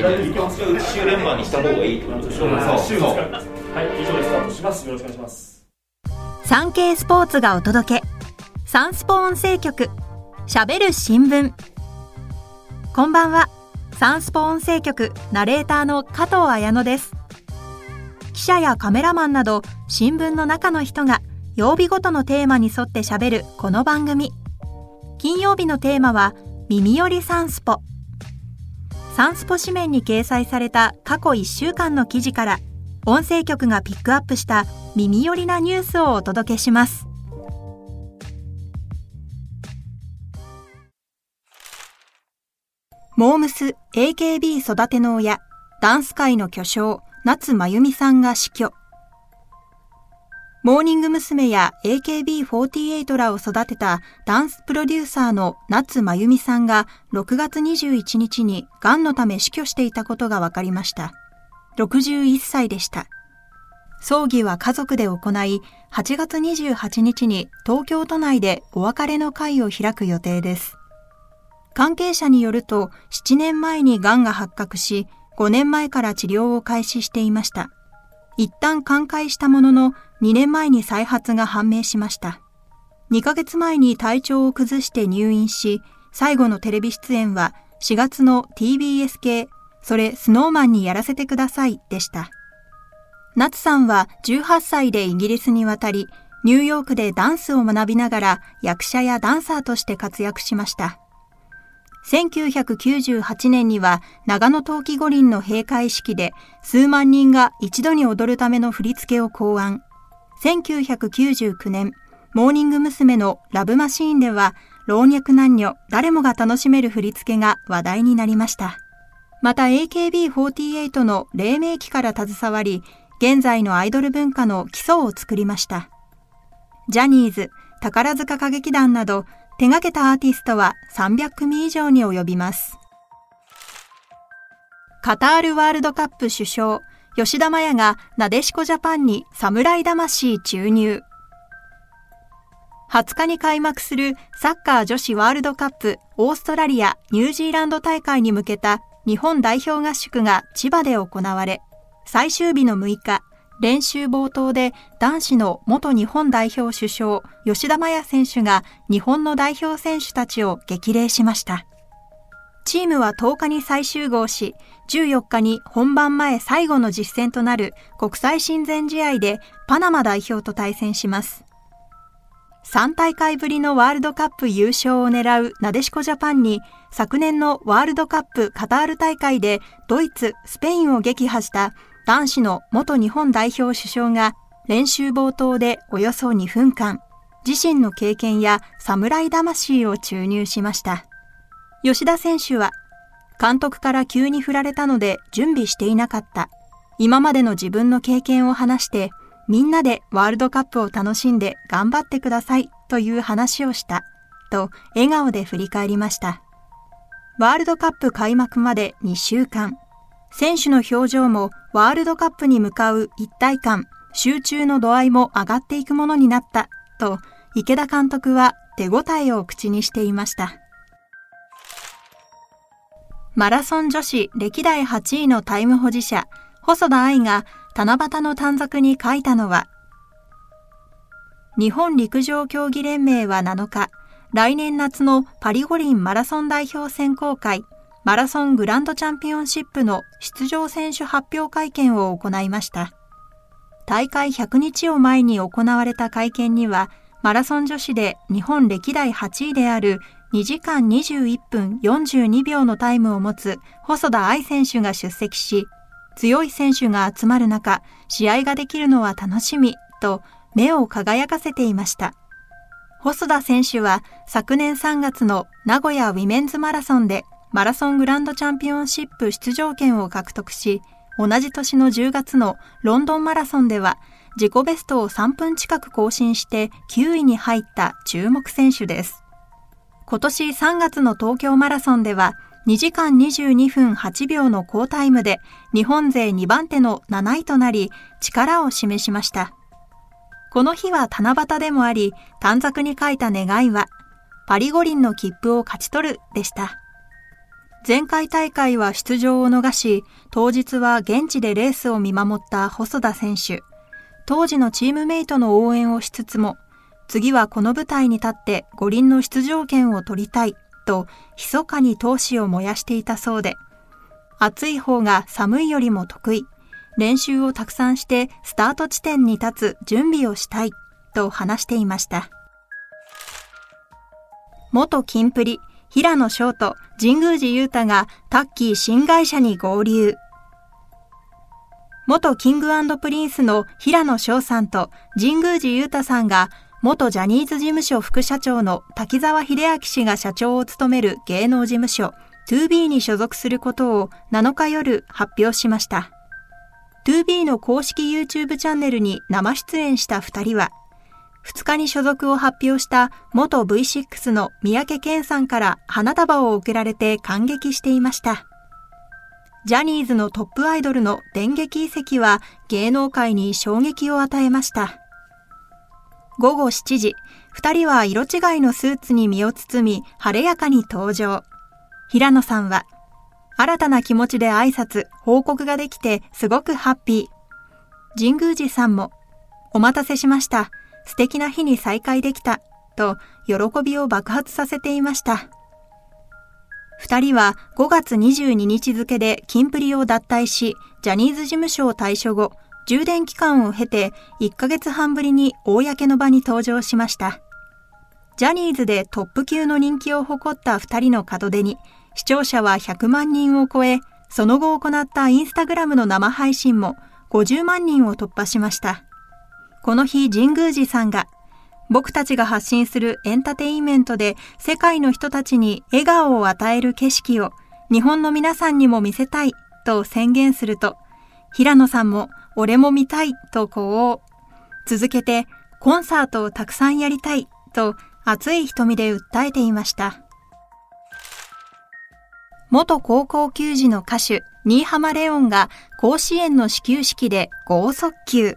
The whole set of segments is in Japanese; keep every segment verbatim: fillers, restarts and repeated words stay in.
週連番にした方がいいってことでしょう。 はい、以上でスタートします。よろしくお願いします。 サンケイスポーツがお届け、サンスポ音声局しゃべる新聞。こんばんは、サンスポ音声局ナレーターの加藤綾乃です。記者やカメラマンなど新聞の中の人が曜日ごとのテーマに沿ってしゃべるこの番組。金曜日のテーマは耳よりサンスポ。サンスポ紙面に掲載された過去いっしゅうかんの記事から音声局がピックアップした耳寄りなニュースをお届けします。モームス エーケービー 育ての親、ダンス界の巨匠夏まゆみさんが死去。モーニング娘。や エーケービーフォーティーエイト らを育てたダンスプロデューサーの夏まゆみさんがろくがつにじゅういちにちにがんのため死去していたことが分かりました。ろくじゅういっさいでした。葬儀は家族で行い、はちがつにじゅうはちにちに東京都内でお別れの会を開く予定です。関係者によると、ななねんまえにがんが発覚し、ごねんまえから治療を開始していました。一旦寛解したものの、にねんまえに再発が判明しました。にかげつまえに体調を崩して入院し、最後のテレビ出演はしがつの ティービーエス 系、それスノーマンにやらせてくださいでした。夏さんはじゅうはっさいでイギリスに渡り、ニューヨークでダンスを学びながら役者やダンサーとして活躍しました。せんきゅうひゃくきゅうじゅうはちねんには長野冬季五輪の閉会式で数万人が一度に踊るための振り付けを考案。せんきゅうひゃくきゅうじゅうきゅうねん、モーニング娘。のラブマシーンでは老若男女誰もが楽しめる振り付けが話題になりました。また エーケービーフォーティーエイト の黎明期から携わり、現在のアイドル文化の基礎を作りました。ジャニーズ、宝塚歌劇団など手掛けたアーティストはさんびゃくくみ以上に及びます。カタールワールドカップ主将、吉田麻也がなでしこジャパンに侍魂注入。はつかに開幕するサッカー女子ワールドカップオーストラリア・ニュージーランド大会に向けた日本代表合宿が千葉で行われ、最終日のむいか、練習冒頭で男子の元日本代表主将吉田麻也選手が日本の代表選手たちを激励しました。チームはとおかに再集合し、じゅうよっかに本番前最後の実戦となる国際親善試合でパナマ代表と対戦します。さんたいかいぶりのワールドカップ優勝を狙うなでしこジャパンに、昨年のワールドカップカタール大会でドイツ、スペインを撃破した男子の元日本代表主将が練習冒頭でおよそにふんかん、自身の経験や侍魂を注入しました。吉田選手は、監督から急に振られたので準備していなかった。今までの自分の経験を話して、みんなでワールドカップを楽しんで頑張ってくださいという話をした、と笑顔で振り返りました。ワールドカップ開幕までにしゅうかん。選手の表情もワールドカップに向かう一体感、集中の度合いも上がっていくものになった、と池田監督は手応えを口にしていました。マラソン女子歴代はちいのタイム保持者、細田あいが七夕の短冊に書いたのは、日本陸上競技連盟はなのか、来年夏のパリ五輪マラソン代表選考会、マラソングランドチャンピオンシップの出場選手発表会見を行いました。大会ひゃくにちを前に行われた会見には、マラソン女子で日本歴代はちいであるにじかんにじゅういっぷんよんじゅうにびょうのタイムを持つ細田あい選手が出席し、強い選手が集まる中、試合ができるのは楽しみと目を輝かせていました。細田選手は昨年さんがつの名古屋ウィメンズマラソンでマラソングランドチャンピオンシップ出場権を獲得し、同じ年のじゅうがつのロンドンマラソンでは自己ベストをさんぷん近く更新してきゅういに入った注目選手です。今年さんがつの東京マラソンではにじかんにじゅうにふんはちびょうの好タイムで日本勢にばんてのなないとなり力を示しました。この日は七夕でもあり、短冊に書いた願いはパリ五輪の切符を勝ち取るでした。 前回大会は出場を逃し、当日は現地でレースを見守った細田選手。当時のチームメイトの応援をしつつも、次はこの舞台に立って五輪の出場権を取りたいと、密かに闘志を燃やしていたそうで、暑い方が寒いよりも得意、練習をたくさんしてスタート地点に立つ準備をしたいと話していました。元キンプリ、平野翔と神宮寺勇太がタッキー新会社に合流。元キング&プリンスの平野翔さんと神宮寺勇太さんが元ジャニーズ事務所副社長の滝沢秀明氏が社長を務める芸能事務所 ツービー に所属することをなのか夜発表しました。ツービー の公式 YouTube チャンネルに生出演したふたりは、ふつかに所属を発表した元 ブイシックス の三宅健さんから花束を贈られて感激していました。ジャニーズのトップアイドルの電撃移籍は芸能界に衝撃を与えました。ごごしちじ、ふたりは色違いのスーツに身を包み晴れやかに登場。平野さんは、新たな気持ちで挨拶、報告ができてすごくハッピー。神宮寺さんも、お待たせしました。素敵な日に再会できた。と、喜びを爆発させていました。二人はごがつにじゅうににち付でキンプリを脱退し、ジャニーズ事務所を退所後、充電期間を経ていっかげつはんぶりに公の場に登場しました。ジャニーズでトップ級の人気を誇った二人の門出に、視聴者はひゃくまんにんを超え、その後行ったインスタグラムの生配信もごじゅうまんにんを突破しました。この日、神宮寺さんが、僕たちが発信するエンターテインメントで世界の人たちに笑顔を与える景色を日本の皆さんにも見せたいと宣言すると、平野さんも俺も見たいと呼応。続けてコンサートをたくさんやりたいと熱い瞳で訴えていました。元高校球児の歌手、新浜レオンが甲子園の始球式で剛速球。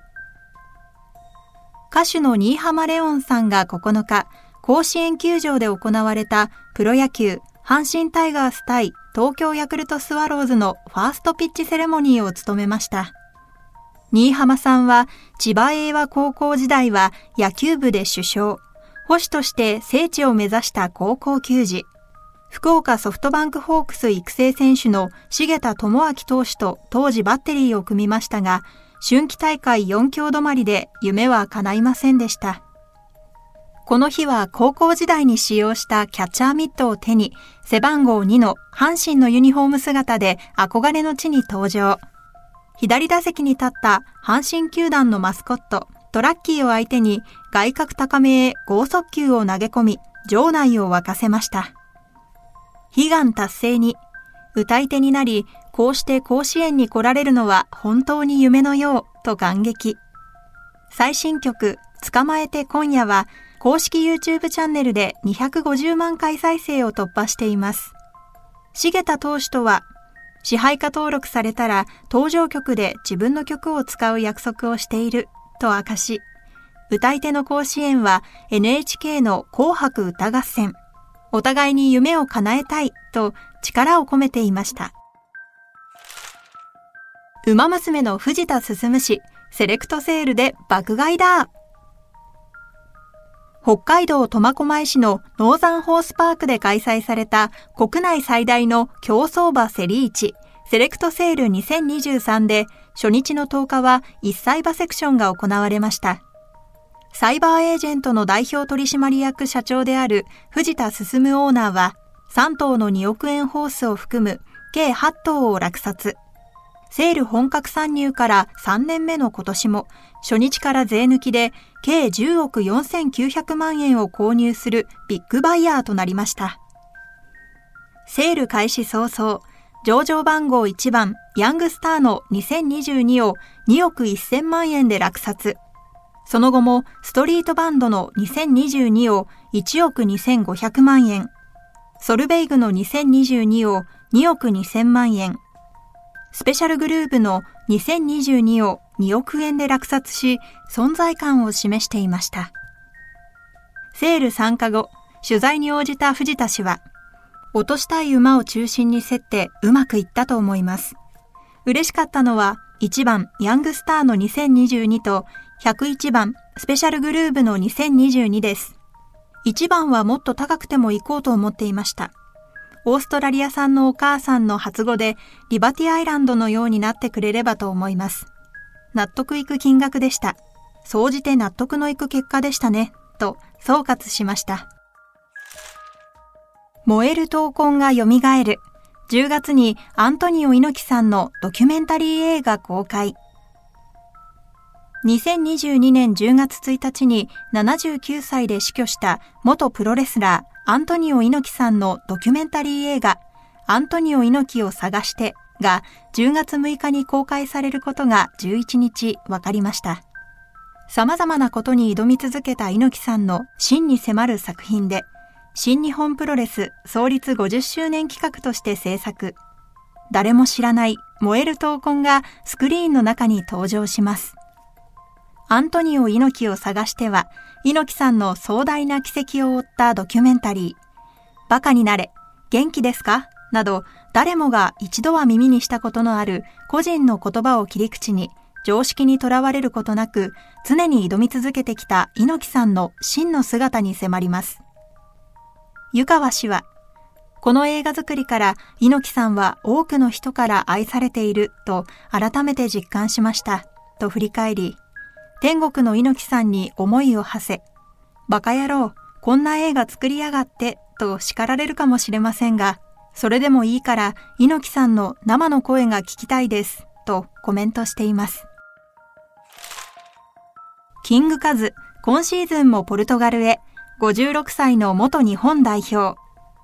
歌手の新浜レオンさんがここのか、甲子園球場で行われたプロ野球、阪神タイガース対東京ヤクルトスワローズのファーストピッチセレモニーを務めました。新浜さんは千葉英和高校時代は野球部で主将、捕手として聖地を目指した高校球児。福岡ソフトバンクホークス育成選手の重田智明投手と当時バッテリーを組みましたが、春季大会よん強止まりで夢は叶いませんでした。この日は高校時代に使用したキャッチャーミットを手に、背番号にの阪神のユニフォーム姿で憧れの地に登場。左打席に立った阪神球団のマスコット、トラッキーを相手に外角高めへ剛速球を投げ込み、場内を沸かせました。悲願達成に、歌い手になり、こうして甲子園に来られるのは本当に夢のようと感激。最新曲、捕まえて今夜は公式 YouTube チャンネルでにひゃくごじゅうまんかい再生を突破しています。重田投手とは、支配下登録されたら登場曲で自分の曲を使う約束をしていると明かし、歌い手の甲子園は エヌエイチケー の紅白歌合戦。お互いに夢を叶えたいと力を込めていました。ウマ娘の藤田進氏、セレクトセールで爆買いだ。北海道苫小牧市のノーザンホースパークで開催された国内最大の競走馬競り市、セレクトセールにせんにじゅうさんで、初日のとおかはいっさい馬セクションが行われました。サイバーエージェントの代表取締役社長である藤田進オーナーは、さん頭のにおくえんホースを含む計はち頭を落札。セール本格参入からさんねんめの今年も、初日から税抜きで計じゅうおくよんせんきゅうひゃくまんえんを購入するビッグバイヤーとなりました。セール開始早々、上場番号いちばんヤングスターのにせんにじゅうにをにおくせんまんえんで落札。その後もストリートバンドのにせんにじゅうにをいちおくにせんごひゃくまんえん、ソルベイグのにせんにじゅうにをにおくにせんまんえん、スペシャルグルーヴのにせんにじゅうにをにおくえんで落札し、存在感を示していました。セール参加後、取材に応じた藤田氏は、 落としたい馬を中心に競ってうまくいったと思います。嬉しかったのはいちばんヤングスターのにせんにじゅうにとひゃくいちばんスペシャルグルーヴのにせんにじゅうにです。いちばんはもっと高くても行こうと思っていました。オーストラリア産のお母さんの初語でリバティアイランドのようになってくれればと思います。納得いく金額でした。総じて納得のいく結果でしたね、と総括しました。燃える闘魂が蘇る。じゅうがつにアントニオ猪木さんのドキュメンタリー映画公開。にせんにじゅうにねんじゅうがつついたちにななじゅうきゅうさいで死去した元プロレスラーアントニオ猪木さんのドキュメンタリー映画アントニオ猪木を探してがじゅうがつむいかに公開されることがじゅういちにち分かりました。様々なことに挑み続けた猪木さんの真に迫る作品で、新日本プロレス創立ごじゅっしゅうねん企画として制作。誰も知らない燃える闘魂がスクリーンの中に登場します。アントニオ猪木を探しては、猪木さんの壮大な軌跡を追ったドキュメンタリー。バカになれ、元気ですかなど、誰もが一度は耳にしたことのある個人の言葉を切り口に、常識にとらわれることなく、常に挑み続けてきた猪木さんの真の姿に迫ります。湯川氏は、この映画作りから猪木さんは多くの人から愛されていると改めて実感しましたと振り返り、天国の猪木さんに思いを馳せ、バカ野郎、こんな映画作りやがってと叱られるかもしれませんが、それでもいいから猪木さんの生の声が聞きたいですとコメントしています。キングカズ、今シーズンもポルトガルへ、ごじゅうろくさいの元日本代表。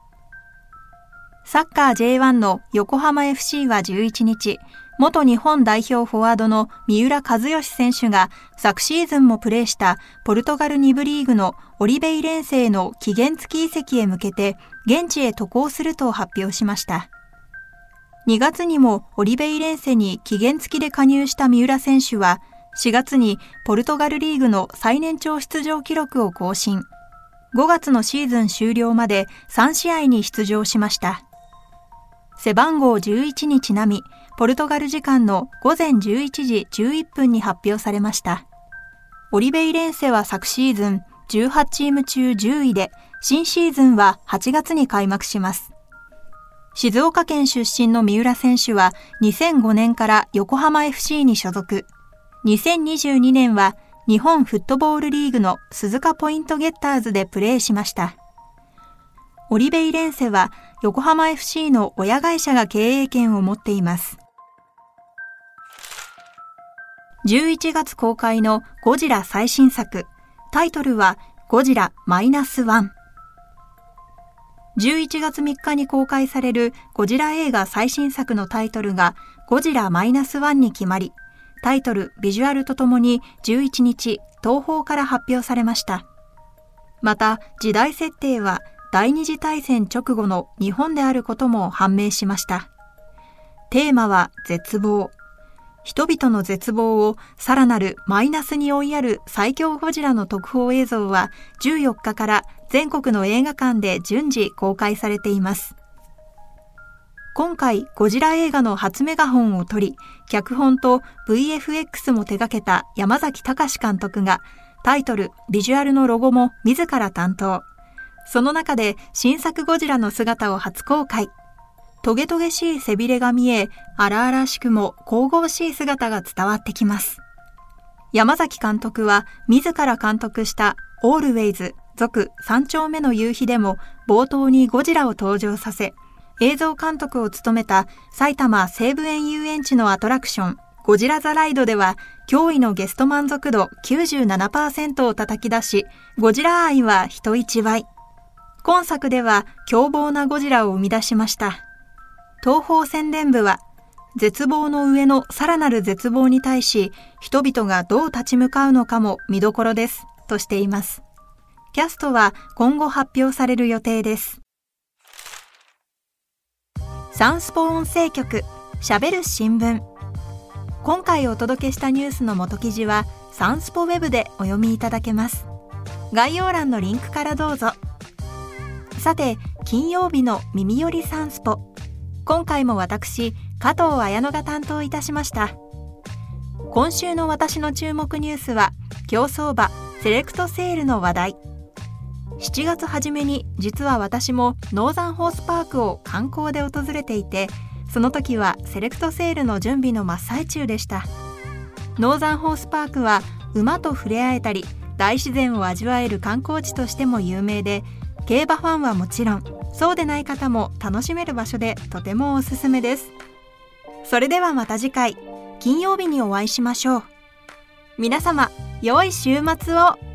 サッカー ジェイワン の横浜 エフシー はじゅういちにち、元日本代表フォワードの三浦知良選手が昨シーズンもプレーしたポルトガルに部リーグのオリベイレンセへの期限付き移籍へ向けて現地へ渡航すると発表しました。にがつにもオリベイレンセに期限付きで加入した三浦選手はしがつにポルトガルリーグの最年長出場記録を更新。ごがつのシーズン終了までさんしあいに出場しました。背番号じゅういちにちなみ、ポルトガル時間のごぜんじゅういちじじゅういっぷんに発表されました。オリベイレンセは昨シーズンじゅうはちチーム中じゅういで、新シーズンははちがつに開幕します。静岡県出身の三浦選手はにせんごねんから横浜 エフシー に所属。にせんにじゅうにねんは日本フットボールリーグの鈴鹿ポイントゲッターズでプレーしました。オリベイレンセは横浜 エフシー の親会社が経営権を持っています。じゅういちがつ公開のゴジラ最新作、タイトルはゴジラマイナスワン。じゅういちがつみっかに公開されるゴジラ映画最新作のタイトルがゴジラマイナスワンに決まり、タイトル、ビジュアルとともにじゅういちにち、東宝から発表されました。また、時代設定は第二次大戦直後の日本であることも判明しました。テーマは絶望。人々の絶望をさらなるマイナスに追いやる最強ゴジラの特報映像はじゅうよっかから全国の映画館で順次公開されています。今回ゴジラ映画の初メガホンを取り、脚本と ブイエフエックス も手掛けた山崎隆監督がタイトル、ビジュアルのロゴも自ら担当。その中で新作ゴジラの姿を初公開。トゲトゲしい背びれが見え、荒々しくも神々しい姿が伝わってきます。山崎監督は自ら監督したオールウェイズ続三丁目の夕日でも冒頭にゴジラを登場させ、映像監督を務めた埼玉西武園遊園地のアトラクションゴジラザライドでは驚異のゲスト満足度 きゅうじゅうななパーセント を叩き出し、ゴジラ愛は人一倍。今作では凶暴なゴジラを生み出しました。東宝宣伝部は、絶望の上のさらなる絶望に対し、人々がどう立ち向かうのかも見どころです、としています。キャストは今後発表される予定です。サンスポ音声局、しゃべる新聞。今回お届けしたニュースの元記事は、サンスポウェブでお読みいただけます。概要欄のリンクからどうぞ。さて、 金曜日の耳よりサンスポ。今回も私、加藤綾乃が担当いたしました。今週の私の注目ニュースは、競走馬セレクトセールの話題。しちがつ初めに実は私もノーザンホースパークを観光で訪れていて、その時はセレクトセールの準備の真っ最中でした。ノーザンホースパークは馬と触れ合えたり大自然を味わえる観光地としても有名で、競馬ファンはもちろんそうでない方も楽しめる場所でとてもおすすめです。それではまた次回金曜日にお会いしましょう。皆様良い週末を。